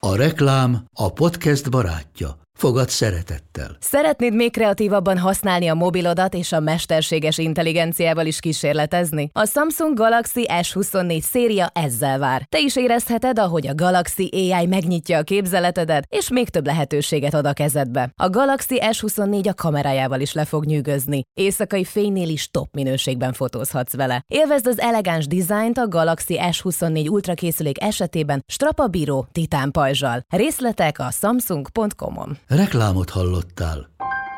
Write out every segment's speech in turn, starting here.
A reklám a podcast barátja. Fogad szeretettel. Szeretnéd még kreatívabban használni a mobilodat és a mesterséges intelligenciával is kísérletezni? A Samsung Galaxy S24 széria ezzel vár. Te is érezheted, ahogy a Galaxy AI megnyitja a képzeletedet, és még több lehetőséget ad a kezedbe. A Galaxy S24 a kamerájával is le fog nyűgözni. Éjszakai fénynél is top minőségben fotózhatsz vele. Élvezd az elegáns dizájnt a Galaxy S24 Ultra készülék esetében strapabíró titán pajzsal. Részletek a samsung.com-on. Reklámot hallottál.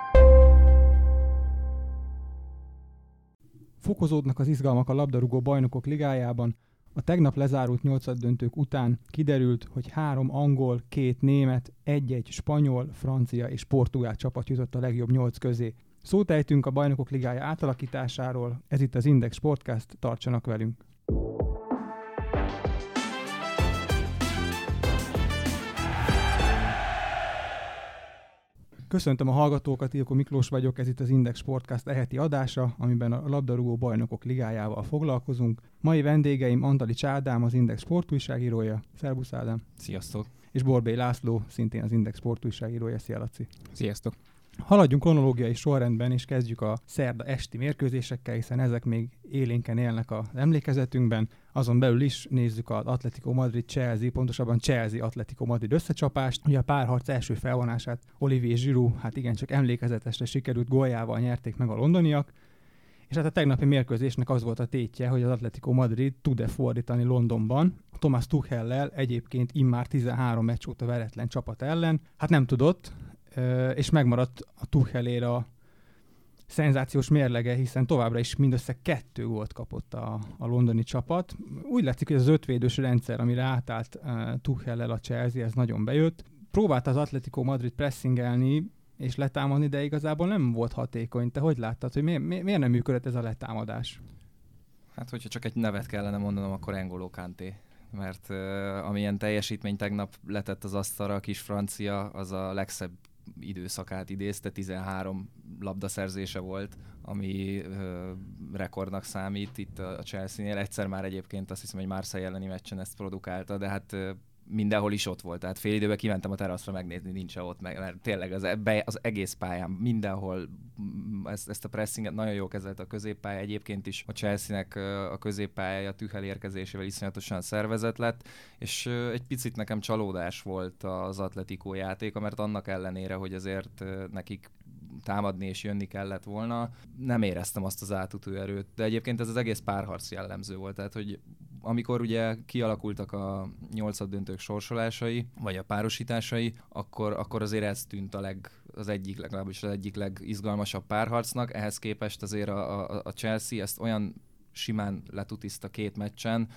Fokozódnak az izgalmak a labdarúgó bajnokok ligájában. A tegnap lezárult nyolcaddöntők után kiderült, hogy 3 angol, 2 német, 1 spanyol, francia és portugál csapat jutott a legjobb 8 közé. Szót ejtünk a bajnokok ligája átalakításáról, ez itt az Index Sportcast, tartsanak velünk! Köszöntöm a hallgatókat, Ilko Miklós vagyok, ez itt az Index Sportcast heti adása, amiben a labdarúgó bajnokok ligájával foglalkozunk. Mai vendégeim Antalics Ádám, az Index sportújságírója. Szervusz Ádám! Sziasztok! És Borbély László, szintén az Index sportújságírója. Szia Laci! Sziasztok! Haladjunk kronológiai sorrendben, és kezdjük a szerda esti mérkőzésekkel, hiszen ezek még élénken élnek az emlékezetünkben. Azon belül is nézzük az Atletico Madrid-Chelsea, pontosabban Chelsea-Atletico Madrid összecsapást. Ugye a párharc első felvonását Olivier Giroud, hát igencsak emlékezetesre sikerült góljával nyerték meg a londoniak. És hát a tegnapi mérkőzésnek az volt a tétje, hogy az Atletico Madrid tud-e fordítani Londonban. Thomas Tuchellel egyébként immár 13 meccs óta veretlen csapat ellen. Hát nem tudott, és megmaradt a Tuchelére a szenzációs mérlege, hiszen továbbra is mindössze 2 gólt kapott a londoni csapat. Úgy látszik, hogy az 5 védős rendszer, amire átállt Tuchellel a Chelsea, ez nagyon bejött. Próbált az Atletico Madrid pressingelni és letámadni, de igazából nem volt hatékony. Te hogy láttad, hogy miért nem működött ez a letámadás? Hát, hogyha csak egy nevet kellene mondanom, akkor N'Golo Kanté. Mert amilyen teljesítmény tegnap letett az asztalra, a kis francia, az a legszebb időszakát idézte, 13 labdaszerzése volt, ami rekordnak számít itt a Chelsea-nél. Egyszer már egyébként azt hiszem, hogy Marseille elleni meccsen ezt produkálta, de hát mindenhol is ott volt. Tehát fél időben kimentem a teraszra megnézni, nincs ott, mert tényleg az egész pályán mindenhol ezt a pressinget nagyon jól kezelte a középpálya. Egyébként is a Chelsea-nek a középpályája Tuchel érkezésével iszonyatosan szervezett lett, és egy picit nekem csalódás volt az Atletico játéka, mert annak ellenére, hogy azért nekik támadni és jönni kellett volna, nem éreztem azt az átütő erőt, de egyébként ez az egész párharc jellemző volt, tehát hogy amikor ugye kialakultak a nyolcaddöntők sorsolásai, vagy a párosításai, akkor azért ez tűnt legalábbis az egyik legizgalmasabb párharcnak, ehhez képest azért a Chelsea ezt olyan simán letutiszta 2 meccsen,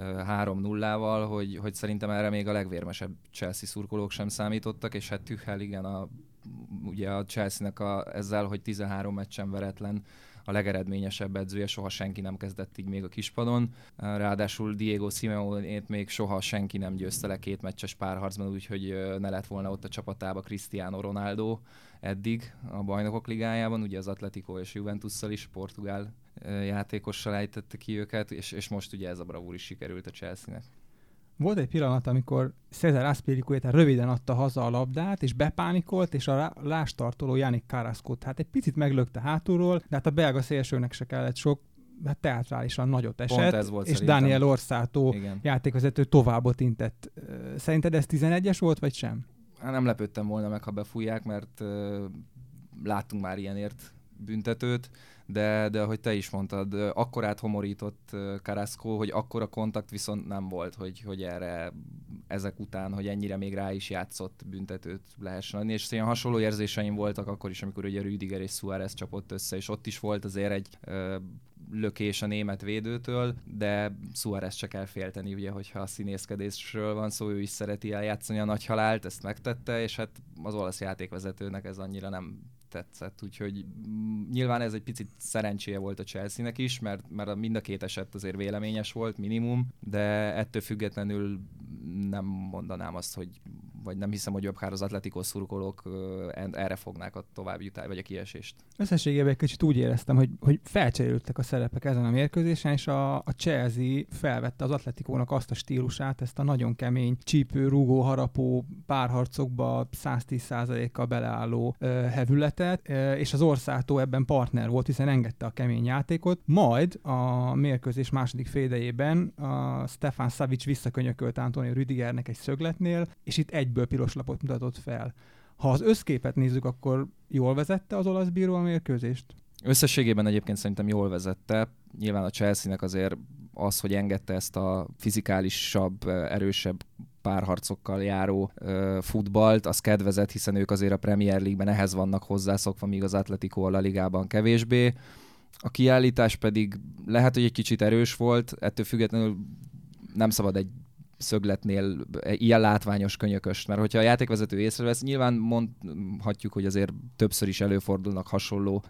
3-0-val, hogy szerintem erre még a legvérmesebb Chelsea szurkolók sem számítottak, és hát Tuchel igen, ugye a Chelsea-nek ezzel, hogy 13 meccsen veretlen, a legeredményesebb edzője, soha senki nem kezdett így még a kispadon. Ráadásul Diego Simeonét még soha senki nem győzte le 2 meccses párharcban, úgyhogy ne lett volna ott a csapatába Cristiano Ronaldo eddig a Bajnokok Ligájában, ugye az Atletico és Juventusszal is, portugál játékossal ejtette ki őket, és most ugye ez a bravúr is sikerült a Chelsea-nek. Volt egy pillanat, amikor César Azpilicueta röviden adta haza a labdát, és bepánikolt, és a lástartoló Yannick Carrascót hát egy picit meglökte hátulról, de hát a belga szélsőnek se kellett sok, hát teátrálisan nagyot esett, és szerintem. Daniel Orsato játékvezető továbbot intett. Szerinted ez 11-es volt, vagy sem? Nem lepődtem volna meg, ha befújják, mert láttunk már ilyenért büntetőt, de ahogy te is mondtad, akkorát homorított Carrasco, hogy akkora kontakt viszont nem volt, hogy erre ezek után, hogy ennyire még rá is játszott büntetőt lehessen adni, és ilyen hasonló érzéseim voltak akkor is, amikor ugye Rüdiger és Suárez csapott össze, és ott is volt azért egy lökés a német védőtől, de Suárez csak kell félteni, ugye, hogyha a színészkedésről van szó, ő is szereti eljátszani a nagy halált, ezt megtette, és hát az olasz játékvezetőnek ez annyira nem tetszett, úgyhogy nyilván ez egy picit szerencséje volt a Chelsea-nek is, mert mind a 2 eset azért véleményes volt, minimum, de ettől függetlenül nem mondanám azt, hogy vagy nem hiszem, hogy akár az Atletico szurkolók erre fognák a továbbjutást, vagy a kiesést. Összességében egy kicsit úgy éreztem, hogy felcserélődtek a szerepek ezen a mérkőzésen, és a Chelsea felvette az Atleticónak azt a stílusát, ezt a nagyon kemény, csípő, rúgó, harapó párharcokba 110%-kal beleálló hevületet, és az Orsátó ebben partner volt, hiszen engedte a kemény játékot. Majd a mérkőzés második félidejében a Stefan Savic visszakönyökölt Antonio Rüdigernek egy szögletnél, és itt egyből piros lapot mutatott fel. Ha az összképet nézzük, akkor jól vezette az olasz bíró a mérkőzést? Összességében egyébként szerintem jól vezette. Nyilván a Chelsea-nek azért az, hogy engedte ezt a fizikálisabb, erősebb párharcokkal járó futballt, az kedvezett, hiszen ők azért a Premier League-ben ehhez vannak hozzászokva, míg az Atletico a La Ligában kevésbé. A kiállítás pedig lehet, hogy egy kicsit erős volt, ettől függetlenül nem szabad egy szögletnél ilyen látványos könyököst, mert hogyha a játékvezető észrevesz, nyilván mondhatjuk, hogy azért többször is előfordulnak hasonló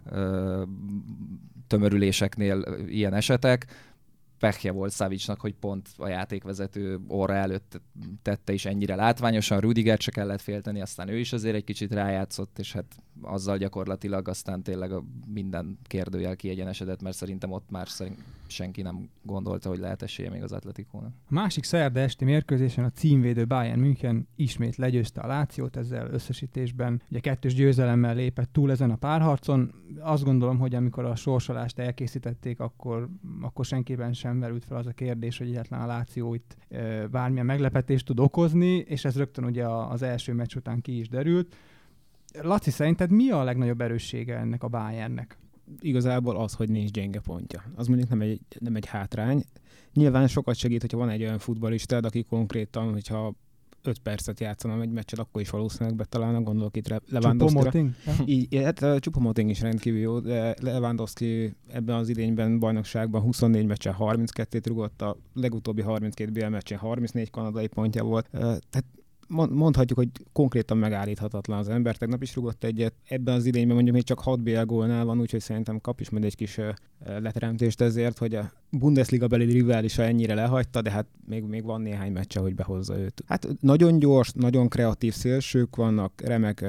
tömörüléseknél ilyen esetek. Pehje volt Savicnak, hogy pont a játékvezető orra előtt tette is ennyire látványosan, Rüdigert se kellett félteni, aztán ő is azért egy kicsit rájátszott, és hát azzal gyakorlatilag aztán tényleg minden kérdőjel kiegyenesedett, mert szerintem ott már senki nem gondolta, hogy lehet esélye még az Atleticónak. A másik szerda esti mérkőzésen a címvédő Bayern München ismét legyőzte a Lációt, ezzel összesítésben ugye 2-2 győzelemmel lépett túl ezen a párharcon. Azt gondolom, hogy amikor a sorsolást elkészítették, akkor senkiben sem merült fel az a kérdés, hogy egyáltalán a Láció itt bármilyen meglepetést tud okozni, és ez rögtön ugye az első meccs után ki is derült. Laci, szerinted mi a legnagyobb erőssége ennek a Bayernnek? Igazából az, hogy nincs gyenge pontja. Az mondjuk nem egy hátrány. Nyilván sokat segít, hogyha van egy olyan futballistád, aki konkrétan, hogyha 5 percet játszana egy meccset, akkor is valószínűleg betalálnak, gondolok itt Lewandowskira. Hát Choupo-Moting is rendkívül jó, de Lewandowski ebben az idényben bajnokságban 24 meccsen 32-t rugott, a legutóbbi 32 BL meccsen 34 kanadai pontja volt. Tehát mondhatjuk, hogy konkrétan megállíthatatlan az ember. Tegnap is rugott egyet. Ebben az idényben mondjuk még csak 6 BL gólnál van, úgyhogy szerintem kap is majd egy kis leteremtést ezért, hogy a Bundesliga belüli riválisa ennyire lehagyta, de hát még van néhány meccse, hogy behozza őt. Hát nagyon gyors, nagyon kreatív szélsők vannak, remek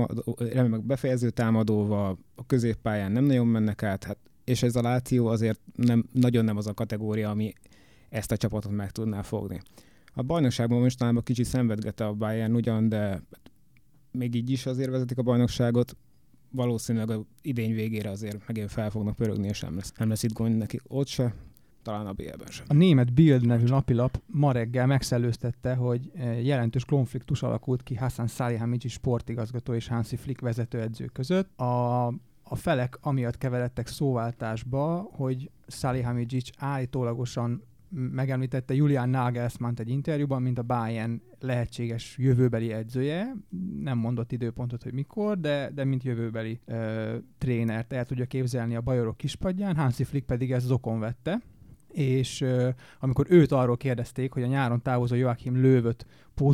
befejező támadóval, a középpályán nem nagyon mennek át, hát, és ez a Láció azért nem az a kategória, ami ezt a csapatot meg tudná fogni. A bajnokságban mostanában kicsit szenvedgette a Bayern ugyan, de még így is azért vezetik a bajnokságot. Valószínűleg az idény végére azért megint fel fognak pörögni, és nem lesz itt gond neki ott se, talán a BL-ben sem. A német Bild nevű napilap ma reggel megszellőztette, hogy jelentős konfliktus alakult ki Hasan Salihamidzsi sportigazgató és Hansi Flick vezetőedző között. A felek amiatt keveredtek szóváltásba, hogy Salihamidzsi állítólagosan megemlítette Julian Nagelsmann egy interjúban, mint a Bayern lehetséges jövőbeli edzője. Nem mondott időpontot, hogy mikor, de mint jövőbeli trénert el tudja képzelni a bajorok kispadján, Hansi Flick pedig ezt zokon vette. És amikor őt arról kérdezték, hogy a nyáron távozó Joachim Löwöt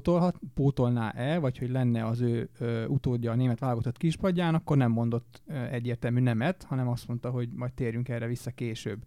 pótolná-e, vagy hogy lenne az ő utódja a német válogatott kispadján, akkor nem mondott egyértelmű nemet, hanem azt mondta, hogy majd térjünk erre vissza később.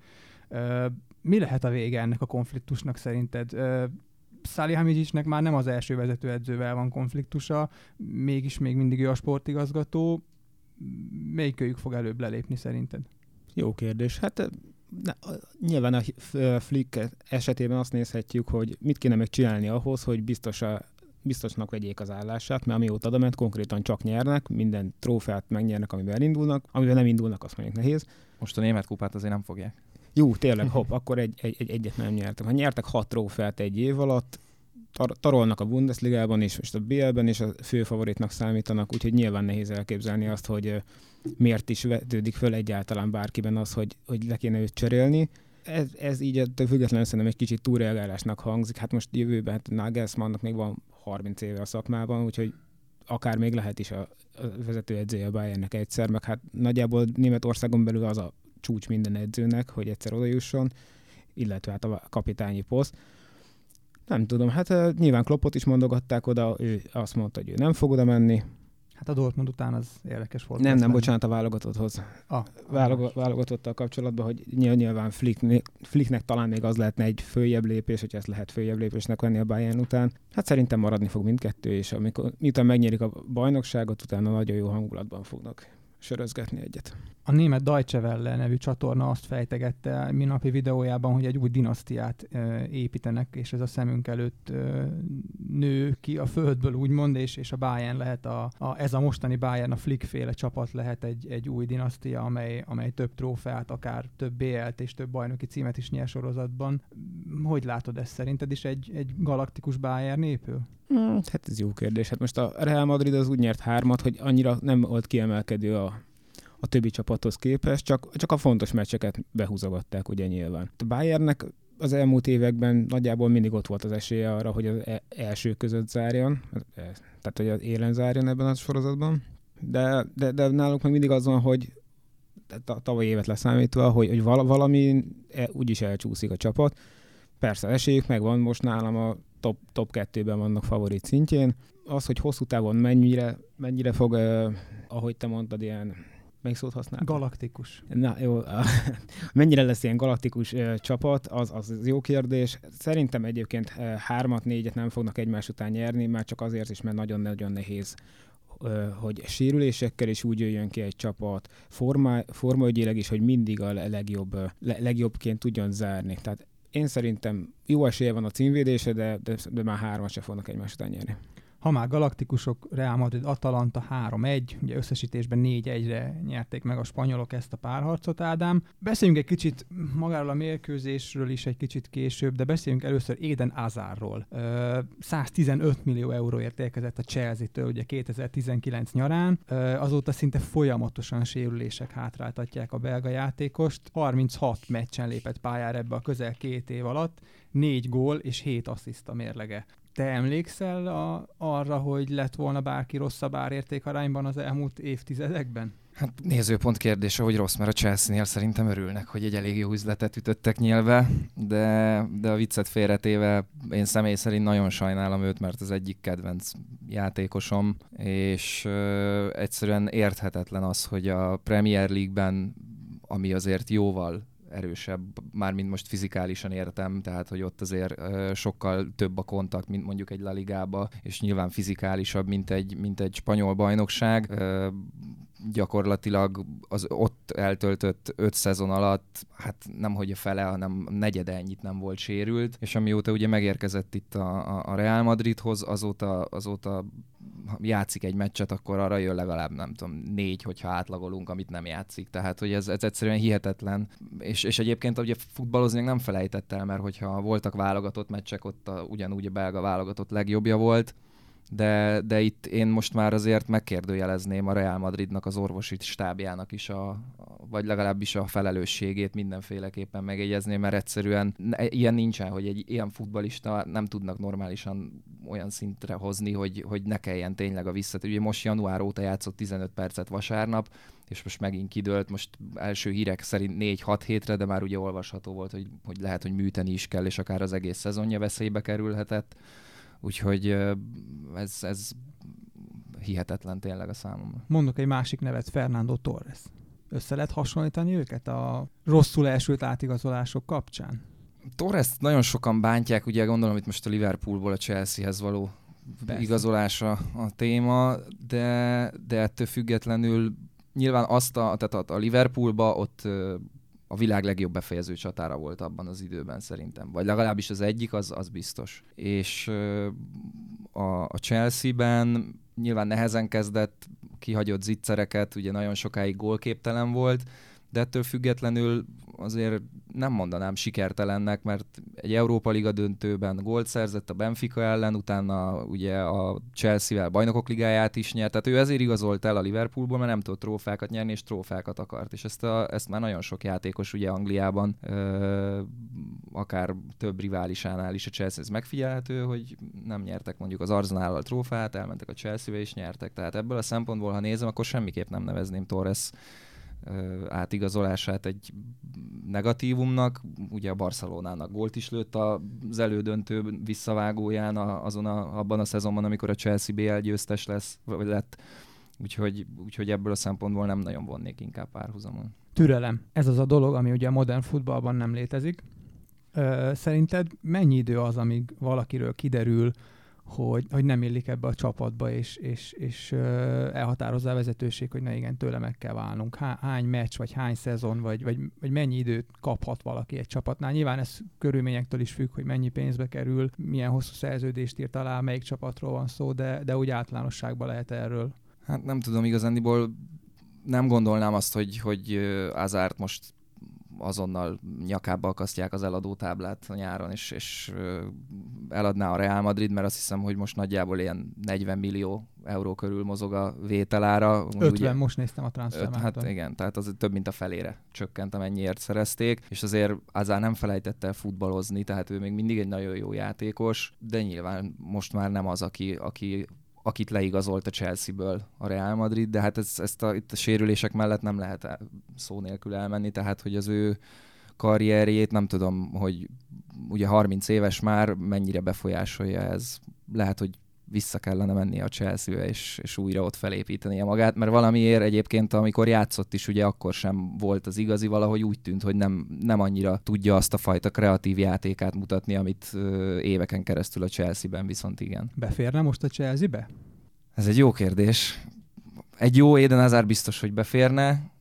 Mi lehet a vége ennek a konfliktusnak szerinted? Salihamidzsicsnek már nem az első vezetőedzővel van konfliktusa, mégis még mindig ő a sportigazgató. Melyikőjük fog előbb lelépni szerinted? Jó kérdés. Hát nyilván a Flick esetében azt nézhetjük, hogy mit kéne megcsinálni ahhoz, hogy biztosnak vegyék az állását, mert amióta odament, konkrétan csak nyernek, minden trófeát megnyernek, amivel elindulnak, amivel nem indulnak, azt mondjuk nehéz. Most a német kupát azért nem fogják. Jó, tényleg, akkor egyet nem nyertek. Ha nyertek 6 trófeát egy év alatt, tarolnak a Bundesligában is, most a BL-ben is a fő favoritnak számítanak, úgyhogy nyilván nehéz elképzelni azt, hogy miért is vetődik föl egyáltalán bárkiben az, hogy le kéne őt cserélni. Ez így ettől függetlenül szerintem egy kicsit túlreagálásnak hangzik. Hát most jövőben Nagelsmannnak még van 30 éve a szakmában, úgyhogy akár még lehet is a vezetőedzője a Bayernnek egyszer, meg hát nagyjából Németországon belül az a csúcs minden edzőnek, hogy egyszer odajusson, illetve hát a kapitányi poszt. Nem tudom, hát nyilván Kloppot is mondogatták oda, ő azt mondta, hogy ő nem fog oda menni. Hát a Dortmund után az érdekes volt. Nem, bocsánat, a válogatotthoz. Válogatottal kapcsolatban, hogy nyilván Flicknek talán még az lehetne egy följebb lépés, hogy ezt lehet följebb lépésnek venni a Bayern után. Hát szerintem maradni fog mindkettő, és miután megnyerik a bajnokságot, utána nagyon jó hangulatban fognak sörözgetni egyet. A német Deutsche Welle nevű csatorna azt fejtegette minapi videójában, hogy egy új dinasztiát építenek, és ez a szemünk előtt nő ki a földből, úgymond, és a Bayern lehet, ez a mostani Bayern, a Flick-féle csapat lehet egy új dinasztia, amely több trófeát, akár több BL-t és több bajnoki címet is nyer sorozatban. Hogy látod ezt? Szerinted is egy galaktikus Bayern épül? Hát ez jó kérdés. Hát most a Real Madrid az úgy nyert 3-at, hogy annyira nem volt kiemelkedő a többi csapathoz képest, csak a fontos meccseket behúzogatták ugye nyilván. A Bayernnek az elmúlt években nagyjából mindig ott volt az esélye arra, hogy az első között zárjon, tehát hogy az élen zárjon ebben a sorozatban, de náluk meg mindig az van, hogy tavaly évet leszámítva, hogy valami úgyis elcsúszik a csapat. Persze esélyük megvan, most nálam a top 2-ben vannak favorit szintjén. Az, hogy hosszú távon mennyire fog, ahogy te mondtad, ilyen, melyik szót használtad? Galaktikus. Na jó, mennyire lesz ilyen galaktikus csapat, az jó kérdés. Szerintem egyébként 3-4-et nem fognak egymás után nyerni, már csak azért is, mert nagyon-nagyon nehéz, hogy sérülésekkel is úgy jöjjön ki egy csapat, formaügyileg is, hogy mindig a legjobbként tudjon zárni. Tehát én szerintem jó esélye van a címvédésre, de már 3-at se fognak egymás után nyerni. Ha már galaktikusok, Real Madrid Atalanta 3-1, ugye összesítésben 4-1-re nyerték meg a spanyolok ezt a párharcot, Ádám. Beszéljünk egy kicsit magáról a mérkőzésről is egy kicsit később, de beszéljünk először Eden Hazardról. 115 millió euróért érkezett a Chelsea-től ugye 2019 nyarán, azóta szinte folyamatosan sérülések hátráltatják a belga játékost. 36 meccsen lépett pályára ebbe a közel 2 év alatt, 4 gól és 7 assziszt a mérlege. Te emlékszel arra, hogy lett volna bárki rosszabb árértékarányban az elmúlt évtizedekben? Hát nézőpont kérdése, hogy rossz, mert a Chelsea-nél szerintem örülnek, hogy egy elég jó üzletet ütöttek nyilván, de a viccet félretéve én személy szerint nagyon sajnálom őt, mert az egyik kedvenc játékosom, és egyszerűen érthetetlen az, hogy a Premier League-ben, ami azért jóval erősebb, mármint most fizikálisan értem, tehát hogy ott azért sokkal több a kontakt, mint mondjuk egy La Ligába, és nyilván fizikálisabb, mint egy spanyol bajnokság. Gyakorlatilag az ott eltöltött 5 szezon alatt, hát nemhogy a fele, hanem negyede ennyit nem volt sérült, és amióta ugye megérkezett itt a Real Madridhoz, azóta játszik egy meccset, akkor arra jön legalább, nem tudom, 4, hogyha átlagolunk, amit nem játszik. Tehát, hogy ez egyszerűen hihetetlen. És egyébként ugye futballozni nem felejtett el, mert hogyha voltak válogatott meccsek, ott ugyanúgy a belga válogatott legjobbja volt, de itt én most már azért megkérdőjelezném a Real Madridnak, az orvosi stábjának is, vagy legalábbis a felelősségét mindenféleképpen megjegyezném, mert egyszerűen ilyen nincsen, hogy egy ilyen futballista nem tudnak normálisan olyan szintre hozni, hogy ne kelljen tényleg a visszatérő. Ugye most január óta játszott 15 percet vasárnap, és most megint kidőlt, most első hírek szerint 4-6 hétre, de már ugye olvasható volt, hogy lehet, hogy műteni is kell, és akár az egész szezonja veszélybe kerülhetett. Úgyhogy ez hihetetlen tényleg a számomra. Mondok egy másik nevet, Fernando Torres. Össze lehet hasonlítani őket a rosszul elsült átigazolások kapcsán? Torres nagyon sokan bántják, ugye gondolom itt most a Liverpoolból a Chelseahez való igazolása a téma, de ettől függetlenül nyilván tehát a Liverpoolba ott a világ legjobb befejező csatára volt abban az időben szerintem. Vagy legalábbis az egyik, az biztos. És a Chelsea-ben nyilván nehezen kezdett, kihagyott zicsereket, ugye nagyon sokáig gólképtelen volt, de ettől függetlenül azért nem mondanám sikertelennek, mert egy Európa Liga döntőben gólt szerzett a Benfica ellen, utána ugye a Chelsea-vel Bajnokok Ligáját is nyert, tehát ő ezért igazolt el a Liverpoolból, mert nem tudott trófákat nyerni, és trófákat akart. És ezt már nagyon sok játékos ugye Angliában, akár több riválisánál is a Chelsea, ez megfigyelhető, hogy nem nyertek mondjuk az Arsenal-al trófát, elmentek a Chelsea-be és nyertek. Tehát ebből a szempontból, ha nézem, akkor semmiképp nem nevezném Torres átigazolását egy negatívumnak. Ugye a Barcelonának gólt is lőtt az elődöntő visszavágóján abban a szezonban, amikor a Chelsea BL győztes lett. Úgyhogy ebből a szempontból nem nagyon vonnék inkább párhuzamon. Türelem. Ez az a dolog, ami ugye a modern futballban nem létezik. Szerinted mennyi idő az, amíg valakiről kiderül, hogy nem illik ebbe a csapatba, és elhatározza a vezetőség, hogy na igen, tőle meg kell válnunk. Hány meccs, vagy hány szezon, vagy mennyi időt kaphat valaki egy csapatnál? Nyilván ez körülményektől is függ, hogy mennyi pénzbe kerül, milyen hosszú szerződést írt alá, melyik csapatról van szó, de úgy általánosságban lehet erről. Hát nem tudom, igazándiból nem gondolnám azt, hogy Hazárt most azonnal nyakába akasztják az eladótáblát a nyáron, és eladná a Real Madrid, mert azt hiszem, hogy most nagyjából ilyen 40 millió euró körül mozog a vételára. 50, ugye, most néztem a transfermárton. Hát igen, tehát az több mint a felére csökkent, amennyiért szerezték, és azért Hazard nem felejtett el futballozni, tehát ő még mindig egy nagyon jó játékos, de nyilván most már nem az, akit leigazolt a Chelsea-ből a Real Madrid, de hát itt a sérülések mellett nem lehet szó nélkül elmenni, tehát hogy az ő karrierjét nem tudom, hogy ugye 30 éves már mennyire befolyásolja ez. Lehet, hogy vissza kellene mennie a Chelsea-be, és újra ott felépítenie magát, mert valamiért egyébként, amikor játszott is, ugye akkor sem volt az igazi, valahogy úgy tűnt, hogy nem annyira tudja azt a fajta kreatív játékát mutatni, amit éveken keresztül a Chelsea-ben viszont igen. Beférne most a Chelsea-be? Ez egy jó kérdés. Egy jó Eden Hazard biztos, hogy beférne,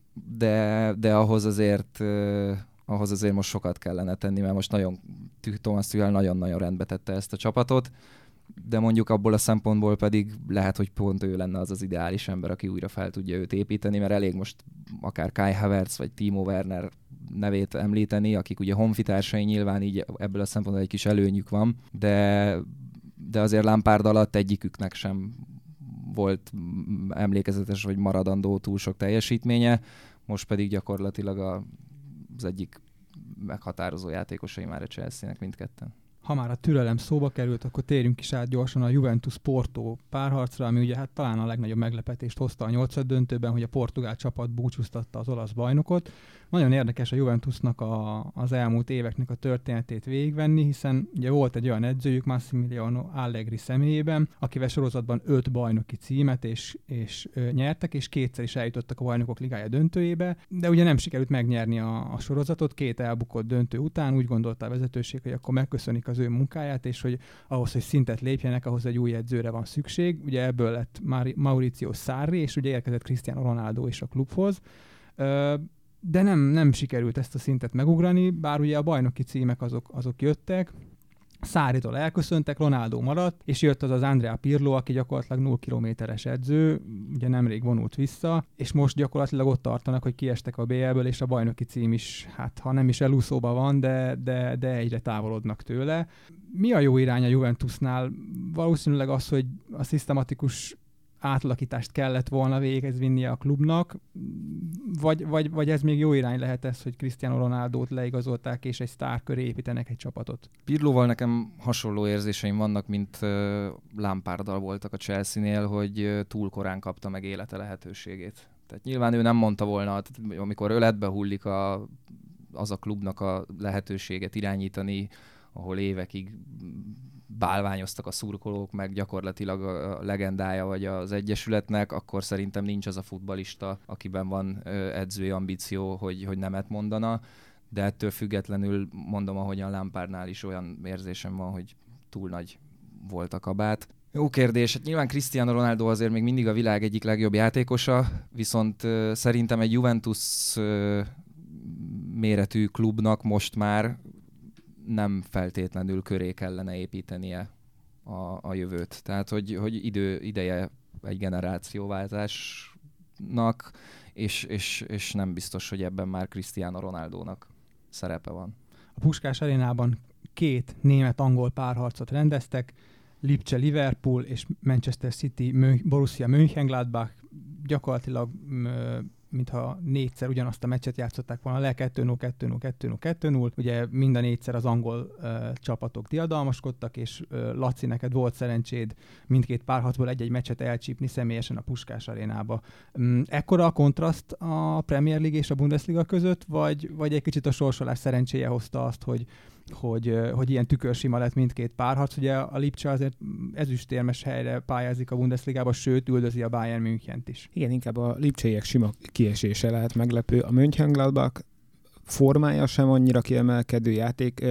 de ahhoz azért most sokat kellene tenni, mert most Thomas Tuchel nagyon-nagyon rendbe tette ezt a csapatot, de mondjuk abból a szempontból pedig lehet, hogy pont ő lenne az ideális ember, aki újra fel tudja őt építeni, mert elég most akár Kai Havertz vagy Timo Werner nevét említeni, akik ugye honfitársai, nyilván így ebből a szempontból egy kis előnyük van, de azért Lampard alatt egyiküknek sem volt emlékezetes vagy maradandó túl sok teljesítménye, most pedig gyakorlatilag az egyik meghatározó játékosai már a Chelsea-nek mindketten. Ha már a türelem szóba került, akkor térjünk is át gyorsan a Juventus-Porto párharcra, ami ugye hát talán a legnagyobb meglepetést hozta a 8-döntőben, hogy a portugál csapat búcsúztatta az olasz bajnokot. Nagyon érdekes a Juventusnak az elmúlt éveknek a történetét végigvenni, hiszen ugye volt egy olyan edzőjük, Massimiliano Allegri személyében, akivel sorozatban 5 bajnoki címet és nyertek, és kétszer is eljutottak a Bajnokok Ligája döntőjébe, de ugye nem sikerült megnyerni a sorozatot, 2 elbukott döntő után, úgy gondolta a vezetőség, hogy akkor megköszönik az ő munkáját, és hogy ahhoz, hogy szintet lépjenek, ahhoz egy új edzőre van szükség. Ugye ebből lett Maurizio Sarri, és ugye érkezett Cristiano Ronaldo is a klubhoz. De nem sikerült ezt a szintet megugrani, bár ugye a bajnoki címek azok jöttek, Sarritól elköszöntek, Ronaldo maradt, és jött az Andrea Pirlo, aki gyakorlatilag 0 kilométeres edző, ugye nemrég vonult vissza, és most gyakorlatilag ott tartanak, hogy kiestek a BL-ből, és a bajnoki cím is, hát ha nem is elúszóban van, de egyre távolodnak tőle. Mi a jó irány a Juventusnál? Valószínűleg az, hogy a szisztematikus átalakítást kellett volna véghez vinnie a klubnak, vagy ez még jó irány lehet ez, hogy Cristiano Ronaldót leigazolták, és egy sztár köré építenek egy csapatot? Pirlóval nekem hasonló érzéseim vannak, mint Lamparddal voltak a Chelsea-nél, hogy túl korán kapta meg élete lehetőségét. Tehát nyilván ő nem mondta volna, amikor öletbe hullik az a klubnak a lehetőséget irányítani, ahol évekig bálványoztak a szurkolók, meg gyakorlatilag a legendája vagy az egyesületnek, akkor szerintem nincs az a futballista, akiben van edzői ambíció, hogy nemet mondana, de ettől függetlenül mondom, ahogyan Lampardnál is olyan érzésem van, hogy túl nagy volt a kabát. Jó kérdés, hát nyilván Cristiano Ronaldo azért még mindig a világ egyik legjobb játékosa, viszont szerintem egy Juventus méretű klubnak most már nem feltétlenül köré kellene építenie a jövőt. Tehát, hogy ideje egy generációváltásnak, és nem biztos, hogy ebben már Cristiano Ronaldónak szerepe van. A Puskás Arénában 2 német-angol párharcot rendeztek, Lipcse Liverpool és Manchester City Borussia Mönchengladbach, gyakorlatilag mintha 4-szer ugyanazt a meccset játszották volna le, 2-0, 2-0, 2-0, 2-0. Ugye mind a 4-szer az angol csapatok diadalmaskodtak, és Laci, neked volt szerencséd mindkét párharcból egy-egy meccset elcsípni személyesen a Puskás Arénába. Ekkora a kontraszt a Premier League és a Bundesliga között, vagy egy kicsit a sorsolás szerencséje hozta azt, hogy hogy ilyen tükörsima lett mindkét párharc. Ugye a Lipcse azért ezüstérmes helyre pályázik a Bundesligába, sőt üldözi a Bayern Münchent is. Igen, inkább a lipcseiek sima kiesése lehet meglepő. A Mönchengladbach formája sem annyira kiemelkedő,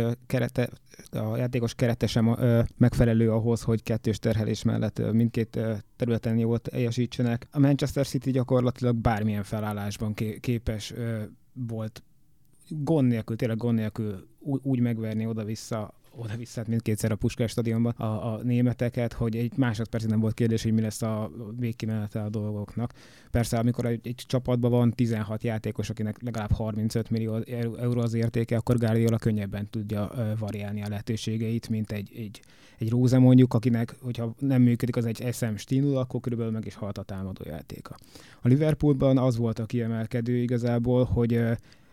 a játékos kerete sem megfelelő ahhoz, hogy kettős terhelés mellett mindkét területen jól teljesítsenek. A Manchester City gyakorlatilag bármilyen felállásban képes volt tényleg gond nélkül úgy megverni oda-vissza mindkétszer a Puskás stadionban a németeket, hogy egy másodpercig nem volt kérdés, hogy mi lesz a végkimenete a dolgoknak. Persze, amikor egy csapatban van 16 játékos, akinek legalább 35 millió euró az értéke, akkor Guardiola könnyebben tudja variálni a lehetőségeit, mint egy Rose mondjuk, akinek, hogyha nem működik az egy SM stílus, akkor körülbelül meg is halt a támadó játéka. A Liverpoolban az volt a kiemelkedő igazából, hogy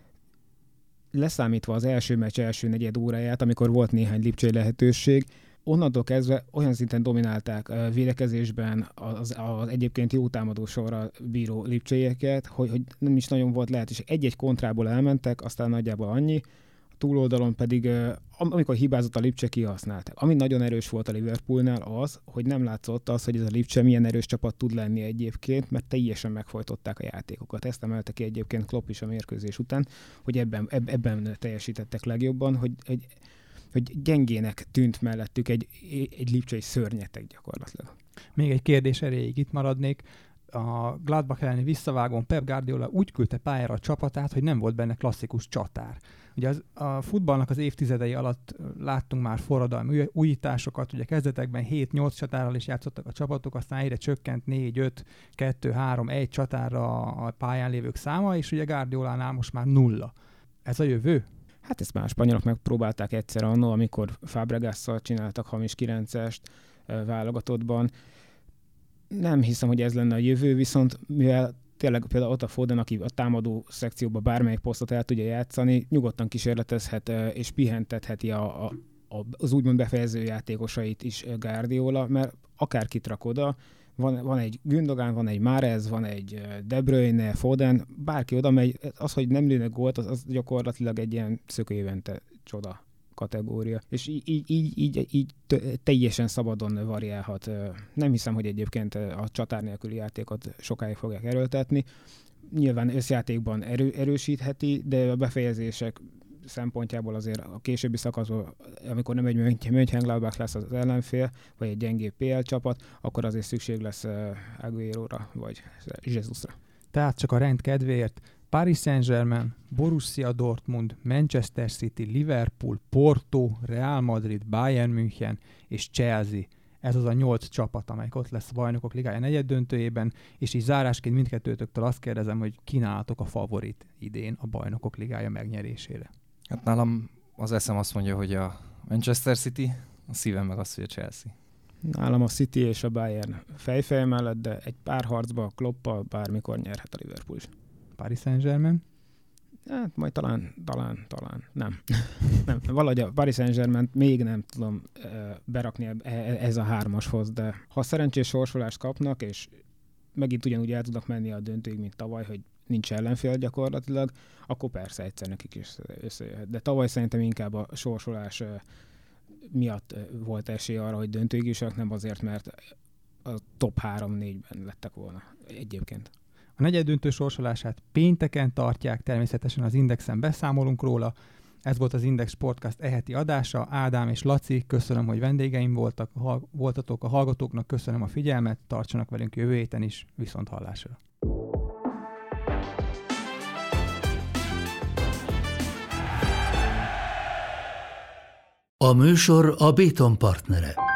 leszámítva az első meccs első negyed óráját, amikor volt néhány lipcsei lehetőség, onnantól kezdve olyan szinten dominálták védekezésben az egyébként jó támadó sorra bíró lipcseieket, hogy nem is nagyon volt lehetőség. Egy-egy kontrából elmentek, aztán nagyjából annyi, a túloldalon pedig, amikor hibázott a Lipcse, kihasználták. Ami nagyon erős volt a Liverpoolnál az, hogy nem látszott az, hogy ez a Lipcse milyen erős csapat tud lenni egyébként, mert teljesen megfojtották a játékokat. Ezt emelte ki egyébként Klopp is a mérkőzés után, hogy ebben teljesítettek legjobban, hogy gyengének tűnt mellettük egy lipcsei szörnyeteg gyakorlatilag. Még egy kérdés erejéig itt maradnék. A Gladbach elleni visszavágón Pep Guardiola úgy küldte pályára a csapatát, hogy nem volt benne klasszikus csatár. Ugye a futballnak az évtizedei alatt láttunk már forradalmi újításokat, ugye kezdetekben 7-8 csatárral is játszottak a csapatok, aztán egyre csökkent 4-5-2-3-1 csatárra a pályán lévők száma, és ugye Guardiolánál most már 0. Ez a jövő? Hát ezt már a spanyolok megpróbálták egyszer annól, amikor Fabregasszal csináltak hamis 9-est válogatottban. Nem hiszem, hogy ez lenne a jövő, viszont mivel tényleg például ott a Foden, aki a támadó szekcióban bármelyik posztot el tudja játszani, nyugodtan kísérletezhet és pihentetheti az úgymond befejező játékosait is Guardiola, mert akárkit rak oda, van egy Gündogan, van egy Mahrez, van egy De Bruyne, Foden, bárki oda megy, az, hogy nem lőnek gólt, az gyakorlatilag egy ilyen szökőévente csoda kategória. És így teljesen szabadon variálhat. Nem hiszem, hogy egyébként a csatár nélküli játékot sokáig fogják erőltetni. Nyilván összjátékban erősítheti, de a befejezések szempontjából azért a későbbi szakaszban, amikor nem egy Mönchengladbach lesz az ellenfél, vagy egy gyengébb PL csapat, akkor azért szükség lesz Agüeróra, vagy Jesusra. Tehát csak a rend kedvéért Paris Saint-Germain, Borussia Dortmund, Manchester City, Liverpool, Porto, Real Madrid, Bayern München és Chelsea. Ez az a 8 csapat, amelyik ott lesz a Bajnokok Ligája negyeddöntőjében, és így zárásként mindkettőtöktől azt kérdezem, hogy kínálatok a favorit idén a Bajnokok Ligája megnyerésére. Hát nálam az eszem azt mondja, hogy a Manchester City, a szívem meg azt, hogy a Chelsea. Nálam a City és a Bayern fejfej mellett, de egy pár harcba a Kloppal bármikor nyerhet a Liverpool is. Paris Saint-Germain? Hát majd talán, nem. Nem. Valahogy a Paris Saint-Germain még nem tudom berakni ez a hármashoz, de ha szerencsés sorsolást kapnak, és megint ugyanúgy el tudnak menni a döntőig, mint tavaly, hogy nincs ellenfél gyakorlatilag, akkor persze egyszer nekik is összejöhet. De tavaly szerintem inkább a sorsolás miatt volt esély arra, hogy döntőig jussanak, nem azért, mert a top 3-4-ben lettek volna egyébként. A negyeddöntő sorsolását pénteken tartják, természetesen az Indexen beszámolunk róla. Ez volt az Index Sportcast eheti adása. Ádám és Laci, köszönöm, hogy vendégeim voltatok, a hallgatóknak köszönöm a figyelmet, tartsanak velünk jövő héten is, viszont hallásra. A műsor a Béton partnere.